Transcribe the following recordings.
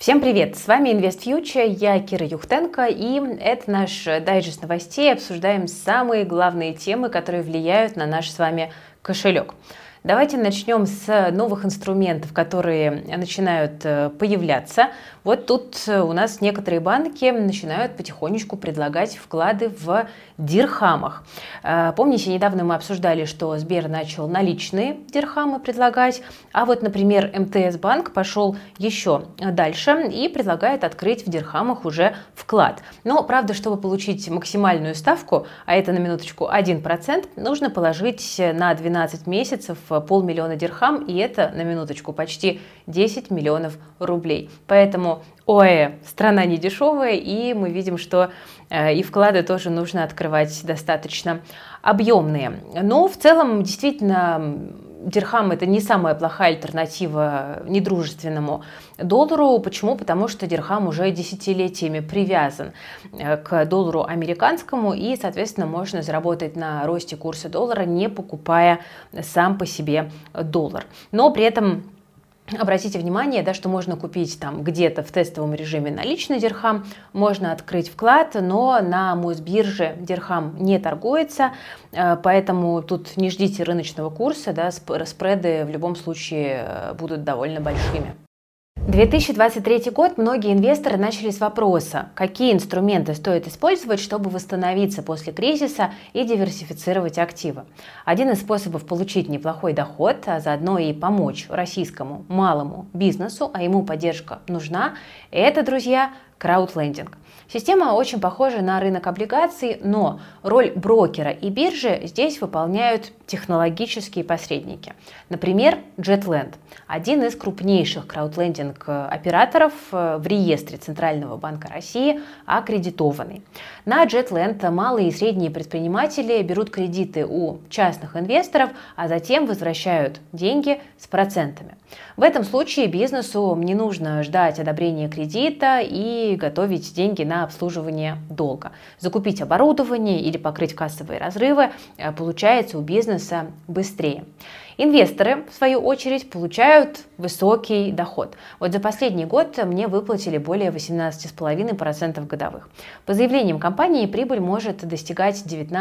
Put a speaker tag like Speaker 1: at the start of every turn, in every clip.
Speaker 1: Всем привет! С вами InvestFuture, я Кира Юхтенко, и это наш дайджест новостей. Обсуждаем самые главные темы, которые влияют на наш с вами кошелек. Давайте начнем с новых инструментов, которые начинают появляться. Вот тут у нас некоторые банки начинают потихонечку предлагать вклады в дирхамах. Помните, недавно мы обсуждали, что Сбер начал наличные дирхамы предлагать, а вот, например, МТС банк пошел еще дальше и предлагает открыть в дирхамах уже вклад. Но, правда, чтобы получить максимальную ставку, а это на минуточку 1%, нужно положить на 12 месяцев 500 000 дирхам, и это на минуточку почти 10 миллионов рублей. Поэтому страна не дешевая, и мы видим, что и вклады тоже нужно открывать достаточно объемные. Но в целом, действительно, дирхам – это не самая плохая альтернатива недружественному доллару. Почему? Потому что дирхам уже десятилетиями привязан к доллару американскому, и, соответственно, можно заработать на росте курса доллара, не покупая сам по себе доллар. Но при этом обратите внимание, да, что можно купить там где-то в тестовом режиме наличный дирхам, можно открыть вклад, но на Мосбирже дирхам не торгуется, поэтому тут не ждите рыночного курса, да, спреды в любом случае будут довольно большими. 2023 год многие инвесторы начали с вопроса, какие инструменты стоит использовать, чтобы восстановиться после кризиса и диверсифицировать активы. Один из способов получить неплохой доход, а заодно и помочь российскому малому бизнесу, а ему поддержка нужна, это, друзья, краудлендинг. Система очень похожа на рынок облигаций, но роль брокера и биржи здесь выполняют технологические посредники. Например, JetLand, один из крупнейших краудлендинг-операторов в реестре Центрального банка России, аккредитованный. На JetLand малые и средние предприниматели берут кредиты у частных инвесторов, а затем возвращают деньги с процентами. В этом случае бизнесу не нужно ждать одобрения кредита и готовить деньги на обслуживание долга. Закупить оборудование или покрыть кассовые разрывы получается у бизнеса быстрее. Инвесторы, в свою очередь, получают высокий доход. Вот за последний год мне выплатили более 18,5% годовых. По заявлениям компании прибыль может достигать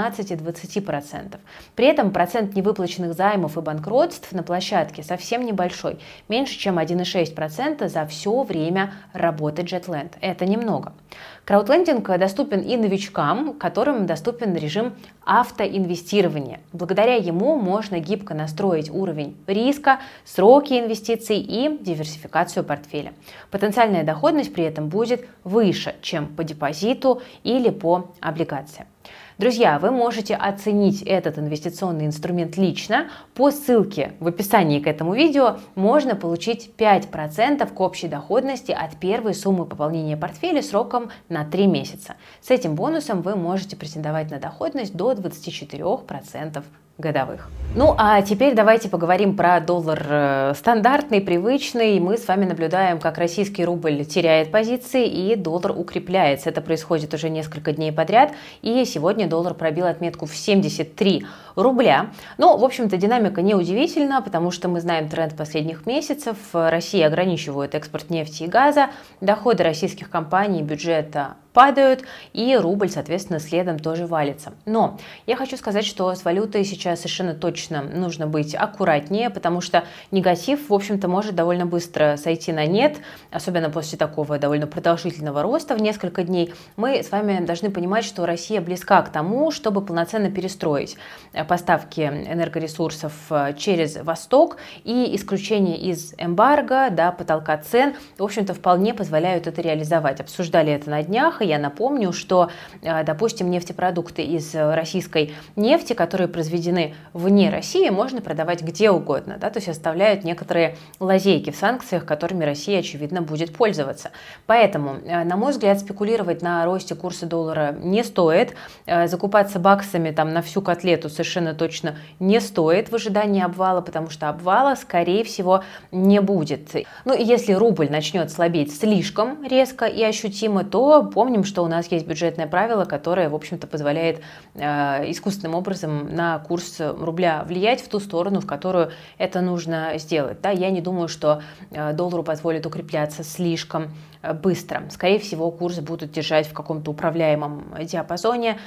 Speaker 1: 19-20%. При этом процент невыплаченных займов и банкротств на площадке совсем небольшой, меньше чем 1,6% за все время работы JetLand. Это немного. Краудлендинг доступен и новичкам, которым доступен режим автоинвестирования. Благодаря ему можно гибко настроить уровень риска, сроки инвестиций и диверсификацию портфеля. Потенциальная доходность при этом будет выше, чем по депозиту или по облигациям. Друзья, вы можете оценить этот инвестиционный инструмент лично. По ссылке в описании к этому видео можно получить 5% к общей доходности от первой суммы пополнения портфеля сроком на 3 месяца. С этим бонусом вы можете претендовать на доходность до 24% годовых. Ну а теперь давайте поговорим про доллар стандартный, привычный. Мы с вами наблюдаем, как российский рубль теряет позиции и доллар укрепляется. Это происходит уже несколько дней подряд, и сегодня доллар пробил отметку в 73 рубля. Но, в общем-то, динамика неудивительна, потому что мы знаем тренд последних месяцев. Россия ограничивает экспорт нефти и газа, доходы российских компаний, бюджета падают, и рубль, соответственно, следом тоже валится. Но я хочу сказать, что с валютой сейчас совершенно точно нужно быть аккуратнее, потому что негатив, в общем-то, может довольно быстро сойти на нет, особенно после такого довольно продолжительного роста в несколько дней. Мы с вами должны понимать, что Россия близка к тому, чтобы полноценно перестроить поставки энергоресурсов через Восток, и исключение из эмбарго, да, потолка цен, в общем-то, вполне позволяют это реализовать. Обсуждали это на днях. Я напомню, что, допустим, нефтепродукты из российской нефти, которые произведены вне России, можно продавать где угодно, да, то есть оставляют некоторые лазейки в санкциях, которыми Россия, очевидно, будет пользоваться. Поэтому, на мой взгляд, спекулировать на росте курса доллара не стоит, закупаться баксами там на всю котлету совершенно точно не стоит в ожидании обвала, потому что обвала, скорее всего, не будет. Ну и если рубль начнет слабеть слишком резко и ощутимо, то помните, помним, что у нас есть бюджетное правило, которое, в общем-то, позволяет искусственным образом на курс рубля влиять в ту сторону, в которую это нужно сделать. Да, я не думаю, что доллару позволит укрепляться слишком быстро. Скорее всего, курс будут держать в каком-то управляемом диапазоне.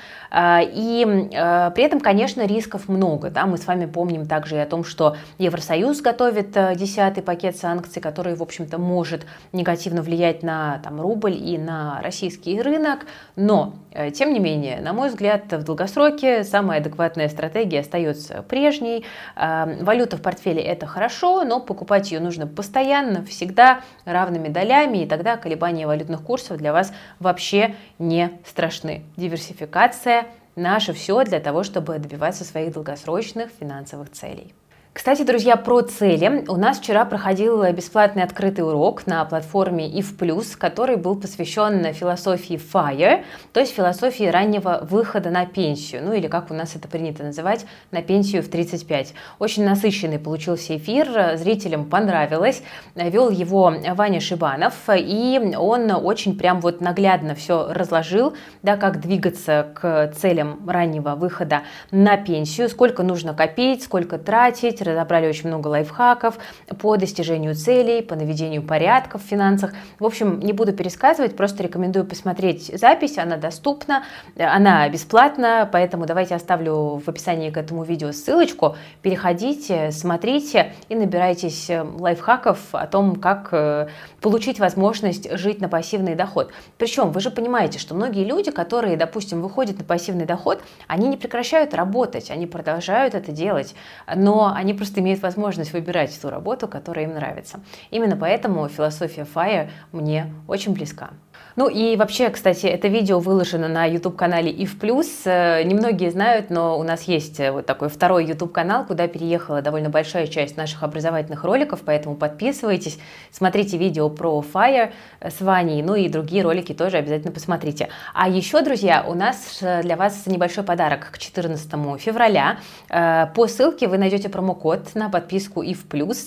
Speaker 1: И при этом, конечно, рисков много. Да? Мы с вами помним также и о том, что Евросоюз готовит 10-й пакет санкций, который, в общем-то, может негативно влиять на рубль и на российский рынок. Но, тем не менее, на мой взгляд, в долгосроке самая адекватная стратегия остается прежней. Валюта в портфеле – это хорошо, но покупать ее нужно постоянно, всегда, равными долями, и тогда колебания валютных курсов для вас вообще не страшны. Диверсификация – наше все для того, чтобы добиваться своих долгосрочных финансовых целей. Кстати, друзья, про цели. У нас вчера проходил бесплатный открытый урок на платформе IF+, который был посвящен философии FIRE, то есть философии раннего выхода на пенсию, ну или как у нас это принято называть, на пенсию в 35. Очень насыщенный получился эфир, зрителям понравилось. Вел его Ваня Шибанов, и он очень прям вот наглядно все разложил, да, как двигаться к целям раннего выхода на пенсию, сколько нужно копить, сколько тратить. Разобрали очень много лайфхаков по достижению целей, по наведению порядка в финансах. В общем, не буду пересказывать, просто рекомендую посмотреть запись, она доступна, она бесплатна, поэтому давайте оставлю в описании к этому видео ссылочку. Переходите, смотрите и набирайтесь лайфхаков о том, как получить возможность жить на пассивный доход. Причем вы же понимаете, что многие люди, которые, допустим, выходят на пассивный доход, они не прекращают работать, они продолжают это делать, но они просто имеют возможность выбирать ту работу, которая им нравится. Именно поэтому философия FIRE мне очень близка. Ну и вообще, кстати, это видео выложено на YouTube-канале IF+. Немногие знают, но у нас есть вот такой второй YouTube-канал, куда переехала довольно большая часть наших образовательных роликов, поэтому подписывайтесь, смотрите видео про FIRE с Ваней, ну и другие ролики тоже обязательно посмотрите. А еще, друзья, у нас для вас небольшой подарок к 14 февраля. По ссылке вы найдете промокод на подписку IF+,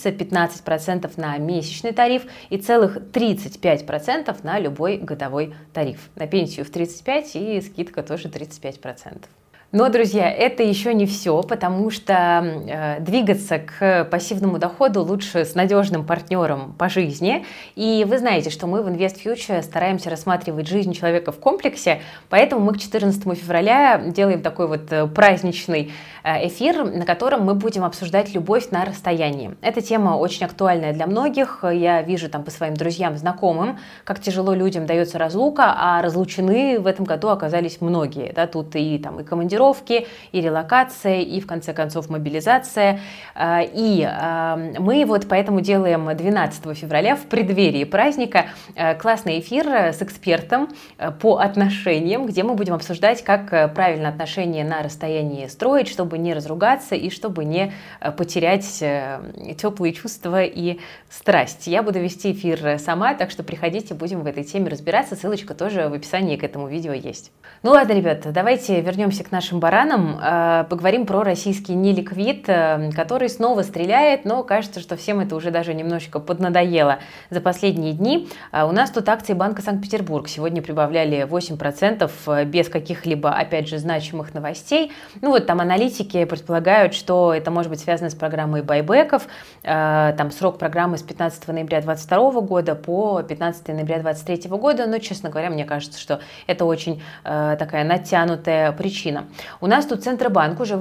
Speaker 1: 15% на месячный тариф и целых 35% на любой годовой тариф. На пенсию в 35 и скидка тоже 35%. Но, друзья, это еще не все, потому что двигаться к пассивному доходу лучше с надежным партнером по жизни. И вы знаете, что мы в InvestFuture стараемся рассматривать жизнь человека в комплексе, поэтому мы к 14 февраля делаем такой вот праздничный эфир, на котором мы будем обсуждать любовь на расстоянии. Эта тема очень актуальная для многих. Я вижу там по своим друзьям, знакомым, как тяжело людям дается разлука, а разлучены в этом году оказались многие. Да, тут и командировки, и релокация, и в конце концов мобилизация. И мы вот поэтому делаем 12 февраля в преддверии праздника классный эфир с экспертом по отношениям, где мы будем обсуждать, как правильно отношения на расстоянии строить, чтобы не разругаться и чтобы не потерять теплые чувства и страсть. Я буду вести эфир сама, так что приходите, будем в этой теме разбираться. Ссылочка тоже в описании к этому видео есть. Ну ладно, ребята, давайте вернемся к нашим баранам, поговорим про российский неликвид, который снова стреляет, но кажется, что всем это уже даже немножечко поднадоело за последние дни. У нас тут акции Банка Санкт-Петербург сегодня прибавляли 8% без каких-либо, опять же, значимых новостей. Ну вот там аналитики предполагают, что это может быть связано с программой байбеков. Там срок программы с 15 ноября 2022 года по 15 ноября 2023 года, но, честно говоря, мне кажется, что это очень такая натянутая причина. У нас тут Центробанк уже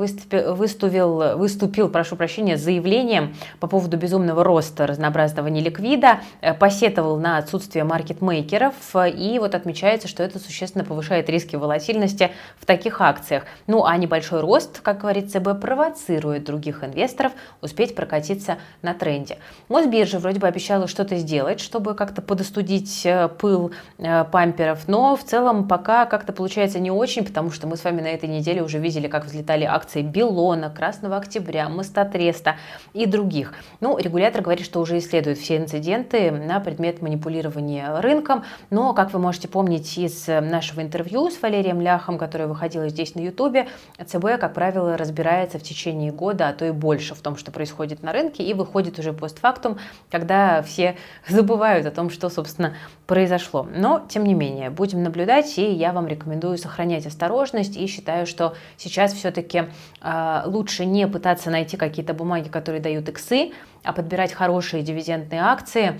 Speaker 1: выступил, прошу прощения, с заявлением по поводу безумного роста разнообразного неликвида, посетовал на отсутствие маркетмейкеров, и вот отмечается, что это существенно повышает риски волатильности в таких акциях. Ну а небольшой рост, как говорит ЦБ, провоцирует других инвесторов успеть прокатиться на тренде. Мосбиржа вроде бы обещала что-то сделать, чтобы как-то подостудить пыл памперов, но в целом пока как-то получается не очень, потому что мы с вами на этой неделе неделе уже видели, как взлетали акции Белона, Красного Октября, Мостотреста и других. Ну, регулятор говорит, что уже исследует все инциденты на предмет манипулирования рынком, но, как вы можете помнить из нашего интервью с Валерием Ляхом, которое выходило здесь на Ютубе, ЦБ, как правило, разбирается в течение года, а то и больше в том, что происходит на рынке, и выходит уже постфактум, когда все забывают о том, что, собственно, произошло. Но, тем не менее, будем наблюдать, и я вам рекомендую сохранять осторожность, и считаю, что сейчас все-таки лучше не пытаться найти какие-то бумаги, которые дают иксы, а подбирать хорошие дивидендные акции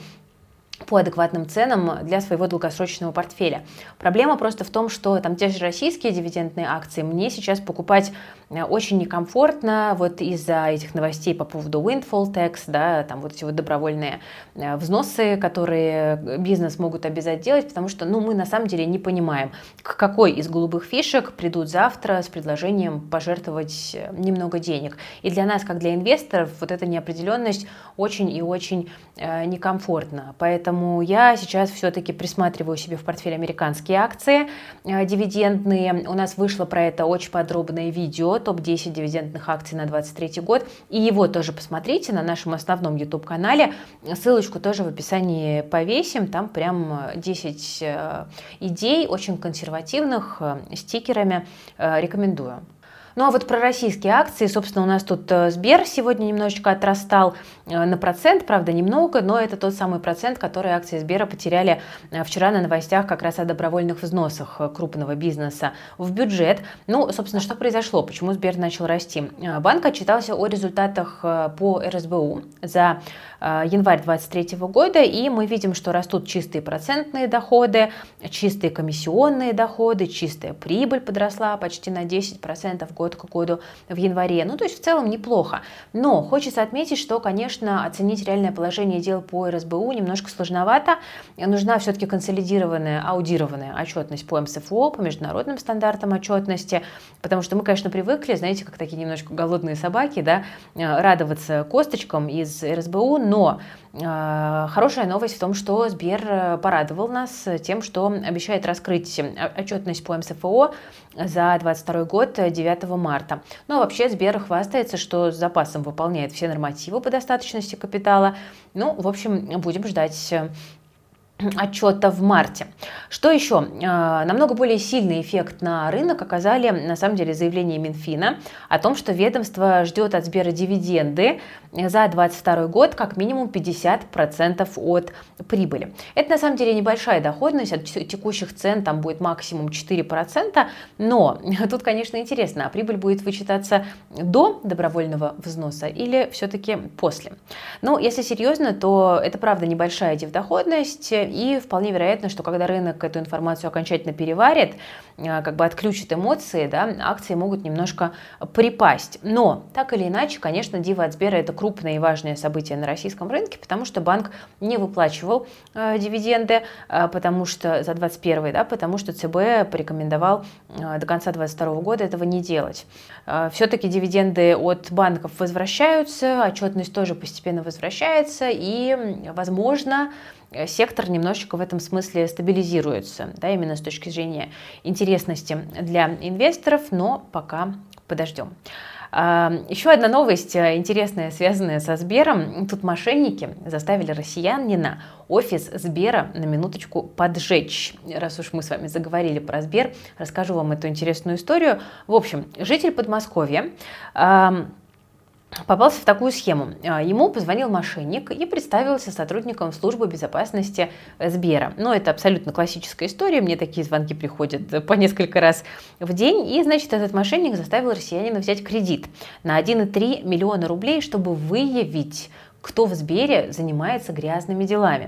Speaker 1: по адекватным ценам для своего долгосрочного портфеля. Проблема просто в том, что там те же российские дивидендные акции мне сейчас покупать очень некомфортно вот из-за этих новостей по поводу windfall tax, да, там вот эти вот добровольные взносы, которые бизнес могут обязать делать, потому что, ну, мы на самом деле не понимаем, к какой из голубых фишек придут завтра с предложением пожертвовать немного денег. И для нас, как для инвесторов, вот эта неопределенность очень и очень некомфортна. Поэтому я сейчас все-таки присматриваю себе в портфель американские акции дивидендные. У нас вышло про это очень подробное видео, топ-10 дивидендных акций на 2023 год. И его тоже посмотрите на нашем основном YouTube-канале. Ссылочку тоже в описании повесим. Там прям 10 идей, очень консервативных, стикерами. Рекомендую. Ну а вот про российские акции, собственно, у нас тут Сбер сегодня немножечко отрастал на процент, правда, немного, но это тот самый процент, который акции Сбера потеряли вчера на новостях как раз о добровольных взносах крупного бизнеса в бюджет. Ну, собственно, что произошло? Почему Сбер начал расти? Банк отчитался о результатах по РСБУ за январь 2023 года, и мы видим, что растут чистые процентные доходы, чистые комиссионные доходы, чистая прибыль подросла почти на 10% год к году в январе. Ну, то есть в целом неплохо. Но хочется отметить, что, конечно, оценить реальное положение дел по РСБУ немножко сложновато. Нужна все-таки консолидированная, аудированная отчетность по МСФО, по международным стандартам отчетности, потому что мы, конечно, привыкли, знаете, как такие немножко голодные собаки, да, радоваться косточкам из РСБУ, но хорошая новость в том, что Сбер порадовал нас тем, что обещает раскрыть отчетность по МСФО за 2022 год 9 марта. Ну а вообще Сбер хвастается, что с запасом выполняет все нормативы по достаточности капитала. Ну, в общем, будем ждать отчета в марте. Что еще? Намного более сильный эффект на рынок оказали, на самом деле, заявление Минфина о том, что ведомство ждет от Сбера дивиденды за 2022 год как минимум 50% от прибыли. Это, на самом деле, небольшая доходность, от текущих цен там будет максимум 4%, но тут, конечно, интересно, а прибыль будет вычитаться до добровольного взноса или все-таки после? Ну, если серьезно, то это, правда, небольшая дивдоходность, и вполне вероятно, что когда рынок эту информацию окончательно переварит, как бы отключит эмоции, да, акции могут немножко припасть. Но, так или иначе, конечно, дива от Сбера – это крупное и важное событие на российском рынке, потому что банк не выплачивал дивиденды, потому что за 2021, да, потому что ЦБ порекомендовал до конца 2022 года этого не делать. Все-таки дивиденды от банков возвращаются, отчетность тоже постепенно возвращается, и, возможно, сектор немножечко в этом смысле стабилизируется, да, именно с точки зрения интересности для инвесторов, но пока подождем. Еще одна новость интересная, связанная со Сбером. Тут мошенники заставили россиянина офис Сбера на минуточку поджечь. Раз уж мы с вами заговорили про Сбер, расскажу вам эту интересную историю. В общем, житель Подмосковья попался в такую схему. Ему позвонил мошенник и представился сотрудником службы безопасности Сбера. Ну, это абсолютно классическая история. Мне такие звонки приходят по несколько раз в день. И, значит, этот мошенник заставил россиянина взять кредит на 1,3 миллиона рублей, чтобы выявить, кто в Сбере занимается грязными делами.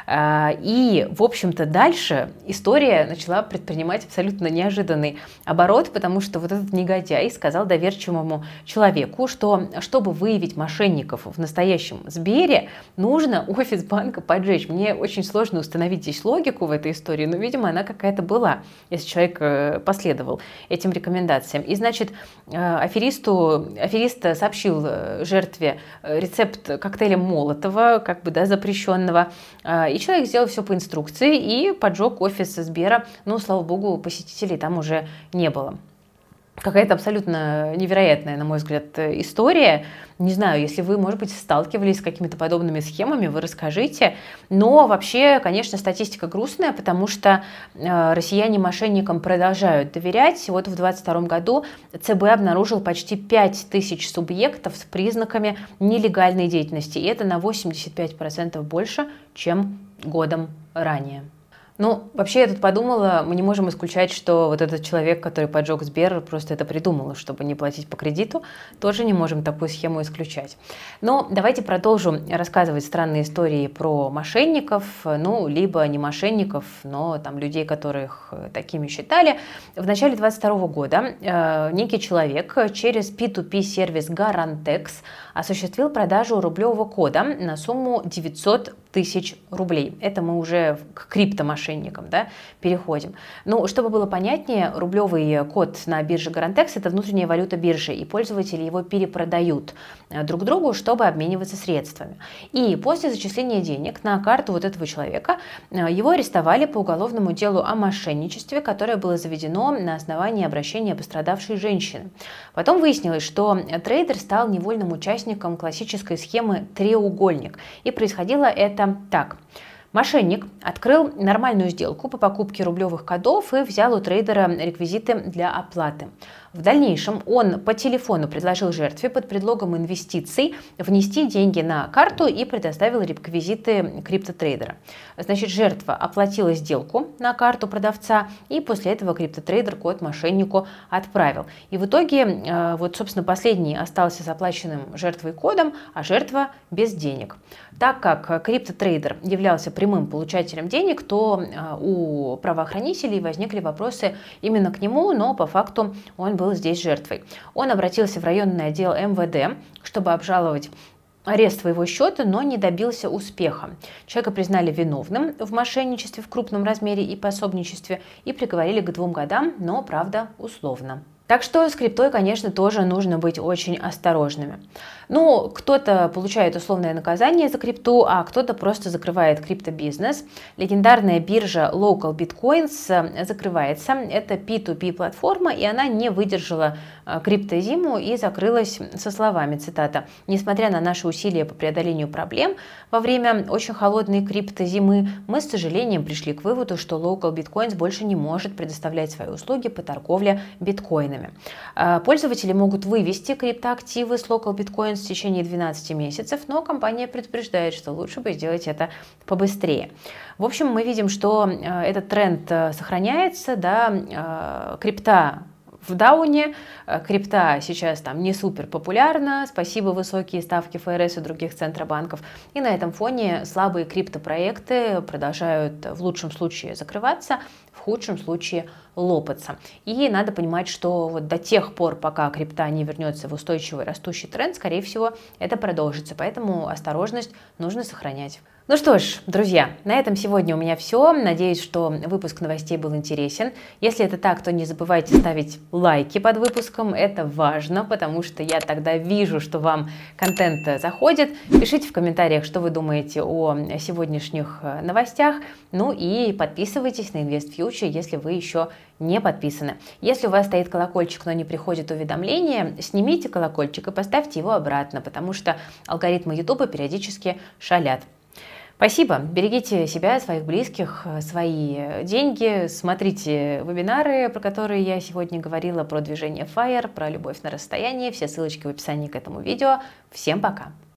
Speaker 1: И, в общем-то, дальше история начала предпринимать абсолютно неожиданный оборот, потому что вот этот негодяй сказал доверчивому человеку, что чтобы выявить мошенников в настоящем Сбере, нужно офис банка поджечь. Мне очень сложно установить здесь логику в этой истории, но, видимо, она какая-то была, если человек последовал этим рекомендациям. И, значит, аферист сообщил жертве рецепт коктейля Молотова, как бы, да, запрещенного. И человек сделал все по инструкции и поджег офис Сбера. Но, слава богу, посетителей там уже не было. Какая-то абсолютно невероятная, на мой взгляд, история. Не знаю, если вы, может быть, сталкивались с какими-то подобными схемами, вы расскажите. Но вообще, конечно, статистика грустная, потому что россияне мошенникам продолжают доверять. Вот в 2022 году ЦБ обнаружил почти 5000 субъектов с признаками нелегальной деятельности. И это на 85% больше, чем годом ранее. Ну, вообще, я тут подумала, мы не можем исключать, что вот этот человек, который поджег Сбер, просто это придумал, чтобы не платить по кредиту. Тоже не можем такую схему исключать. Но давайте продолжим рассказывать странные истории про мошенников, ну, либо не мошенников, но там людей, которых такими считали. В начале 2022 года некий человек через P2P сервис Garantex осуществил продажу рублевого кода на сумму 900 тысяч рублей. Это мы уже к криптомошенникам, да, переходим. Ну, чтобы было понятнее, рублевый код на бирже Garantex – это внутренняя валюта биржи, и пользователи его перепродают друг другу, чтобы обмениваться средствами. И после зачисления денег на карту вот этого человека его арестовали по уголовному делу о мошенничестве, которое было заведено на основании обращения пострадавшей женщины. Потом выяснилось, что трейдер стал невольным участником классической схемы «треугольник», и происходило это так. Мошенник открыл нормальную сделку по покупке рублевых кодов и взял у трейдера реквизиты для оплаты. В дальнейшем он по телефону предложил жертве под предлогом инвестиций внести деньги на карту и предоставил реквизиты криптотрейдера. Значит, жертва оплатила сделку на карту продавца, и после этого криптотрейдер код мошеннику отправил. И в итоге, вот, собственно, последний остался с оплаченным жертвой кодом, а жертва без денег. Так как криптотрейдер являлся прямым получателем денег, то у правоохранителей возникли вопросы именно к нему, но по факту он был здесь жертвой. Он обратился в районный отдел МВД, чтобы обжаловать арест своего счета, но не добился успеха. Человека признали виновным в мошенничестве в крупном размере и пособничестве и приговорили к 2 годам, но, правда, условно. Так что с криптой, конечно, тоже нужно быть очень осторожными. Ну, кто-то получает условное наказание за крипту, а кто-то просто закрывает криптобизнес. Легендарная биржа Local Bitcoins закрывается. Это P2P платформа, и она не выдержала криптозиму и закрылась со словами, цитата: «Несмотря на наши усилия по преодолению проблем во время очень холодной криптозимы, мы с сожалением пришли к выводу, что Local Bitcoins больше не может предоставлять свои услуги по торговле биткоинами». Пользователи могут вывести криптоактивы с Local Bitcoins в течение 12 месяцев, но компания предупреждает, что лучше бы сделать это побыстрее. В общем, мы видим, что этот тренд сохраняется, да, крипта в дауне, крипта сейчас там не супер популярна, спасибо высокие ставки ФРС и других центробанков, и на этом фоне слабые криптопроекты продолжают в лучшем случае закрываться, в худшем случае лопаться. И надо понимать, что вот до тех пор, пока крипта не вернется в устойчивый растущий тренд, скорее всего, это продолжится, поэтому осторожность нужно сохранять. Ну что ж, друзья, на этом сегодня у меня все. Надеюсь, что выпуск новостей был интересен. Если это так, то не забывайте ставить лайки под выпуском. Это важно, потому что я тогда вижу, что вам контент заходит. Пишите в комментариях, что вы думаете о сегодняшних новостях. Ну и подписывайтесь на InvestFuture, если вы еще не подписаны. Если у вас стоит колокольчик, но не приходит уведомление, снимите колокольчик и поставьте его обратно, потому что алгоритмы YouTube периодически шалят. Спасибо. Берегите себя, своих близких, свои деньги. Смотрите вебинары, про которые я сегодня говорила, про движение FIRE, про любовь на расстоянии. Все ссылочки в описании к этому видео. Всем пока!